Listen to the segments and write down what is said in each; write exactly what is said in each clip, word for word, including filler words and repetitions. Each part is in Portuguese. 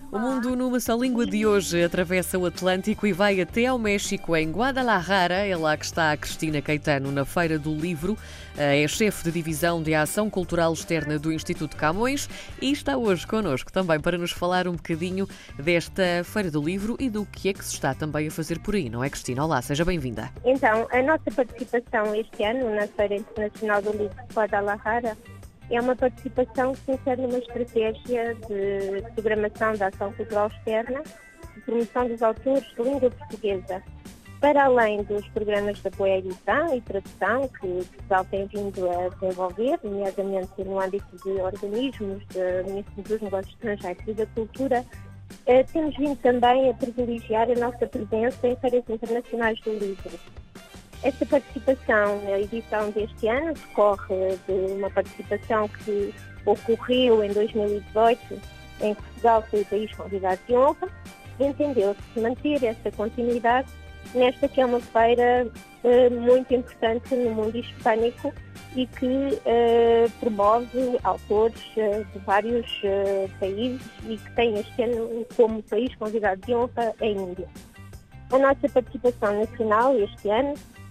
O Mundo numa Só Língua de hoje atravessa o Atlântico e vai até ao México, em Guadalajara. É lá que está a Cristina Caetano, na Feira do Livro. É chefe de divisão de Ação Cultural Externa do Instituto Camões e está hoje connosco também para nos falar um bocadinho desta Feira do Livro e do que é que se está também a fazer por aí, não é, Cristina? Olá, seja bem-vinda. Então, a nossa participação este ano na Feira Internacional do Livro de Guadalajara é uma participação que se insere numa estratégia de programação da ação cultural externa de promoção dos autores de língua portuguesa, para além dos programas de apoio à edição e tradução que Portugal tem vindo a desenvolver, nomeadamente no âmbito de organismos de, dos negócios estrangeiros e da cultura. Eh, temos vindo também a privilegiar a nossa presença em feiras internacionais do livro. Esta participação na edição deste ano decorre de uma participação que ocorreu em dois mil e dezoito, em que Portugal foi o país convidado de honra, e entendeu-se manter essa continuidade nesta que é uma feira eh, muito importante no mundo hispânico e que eh, promove autores eh, de vários eh, países e que tem este ano como país convidado de honra a Índia. A nossa participação nacional este ano,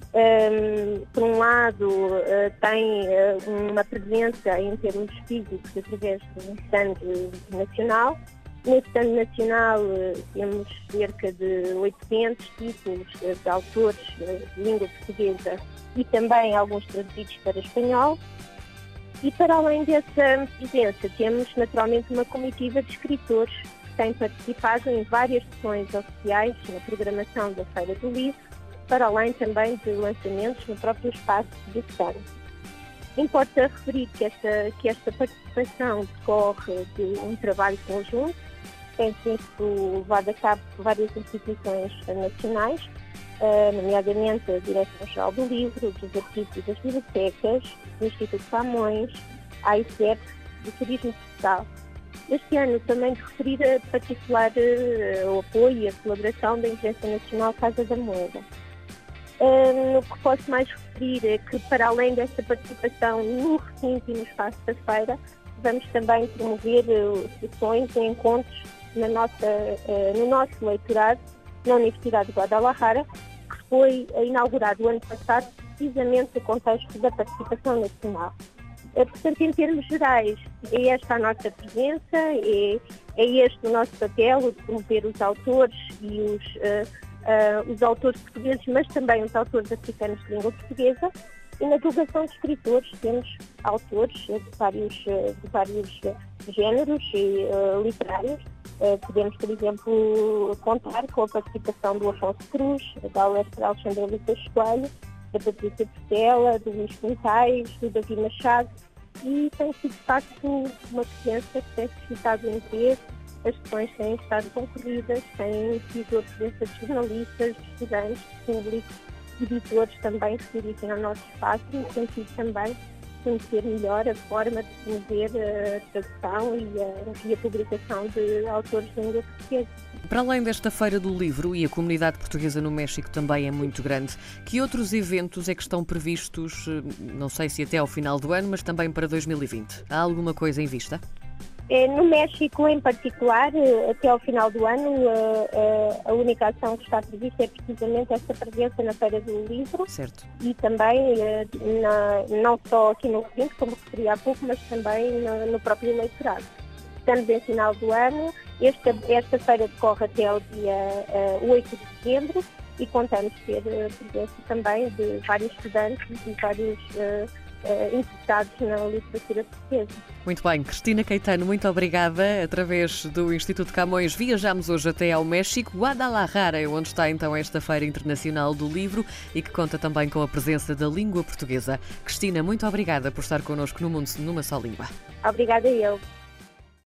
Um, por um lado, uh, tem uh, uma presença em termos físicos através de um stand nacional. No stand nacional uh, temos cerca de oitocentos títulos uh, de autores uh, de língua portuguesa e também alguns traduzidos para espanhol. E para além dessa presença, temos naturalmente uma comitiva de escritores que têm participado em várias sessões oficiais na programação da Feira do Livro, para além também de lançamentos no próprio espaço de stand. Importa referir que esta, que esta participação decorre de um trabalho conjunto, que tem sido levado a cabo por várias instituições nacionais, nomeadamente a Direção-Geral do Livro, dos Arquivos e das Bibliotecas, do Instituto Camões, a I C E P, do Turismo de Portugal. Este ano também de referir a particular uh, o apoio e a colaboração da Imprensa Nacional Casa da Moeda. Uh, o que posso mais referir é que, para além desta participação no recinto e no espaço da feira, vamos também promover uh, sessões e encontros na nossa, uh, no nosso leitorado na Universidade de Guadalajara, que foi uh, inaugurado o ano passado, precisamente no contexto da participação nacional. Uh, portanto, em termos gerais, é esta a nossa presença, é, é este o nosso papel, o de promover os autores e os uh, Uh, os autores portugueses, mas também os autores africanos de língua portuguesa, e na divulgação de escritores temos autores de vários, de vários géneros e, uh, literários. Uh, podemos, por exemplo, contar com a participação do Afonso Cruz, da Alexandra Lucas Coelho, da Patrícia Portela, do Luís Quintais, do David Machado, e tem sido de facto uma presença que tem suscitado o interesse. As sessões têm estado concorridas, têm tido a presença de jornalistas, de estudantes, públicos, editores também que se dirigem ao nosso espaço, no sentido também de conhecer melhor a forma de promover a tradução e a, e a publicação de autores de língua portuguesa. Para além desta Feira do Livro, e a comunidade portuguesa no México também é muito grande, que outros eventos é que estão previstos, não sei se até ao final do ano, mas também para dois mil e vinte? Há alguma coisa em vista? No México, em particular, até ao final do ano, a única ação que está prevista é precisamente esta presença na Feira do Livro. Certo. E também, na, não só aqui no recinto, como referi há pouco, mas também no, no próprio eleitorado. Estamos em final do ano, esta, esta feira decorre até ao dia oito de setembro e contamos ter a presença também de vários estudantes e vários Uh, interessados na literatura portuguesa. Muito bem, Cristina Caetano, muito obrigada. Através do Instituto Camões viajamos hoje até ao México. Guadalajara é onde está então esta Feira Internacional do Livro e que conta também com a presença da língua portuguesa. Cristina, muito obrigada por estar connosco no Mundo numa Só Língua. Obrigada eu.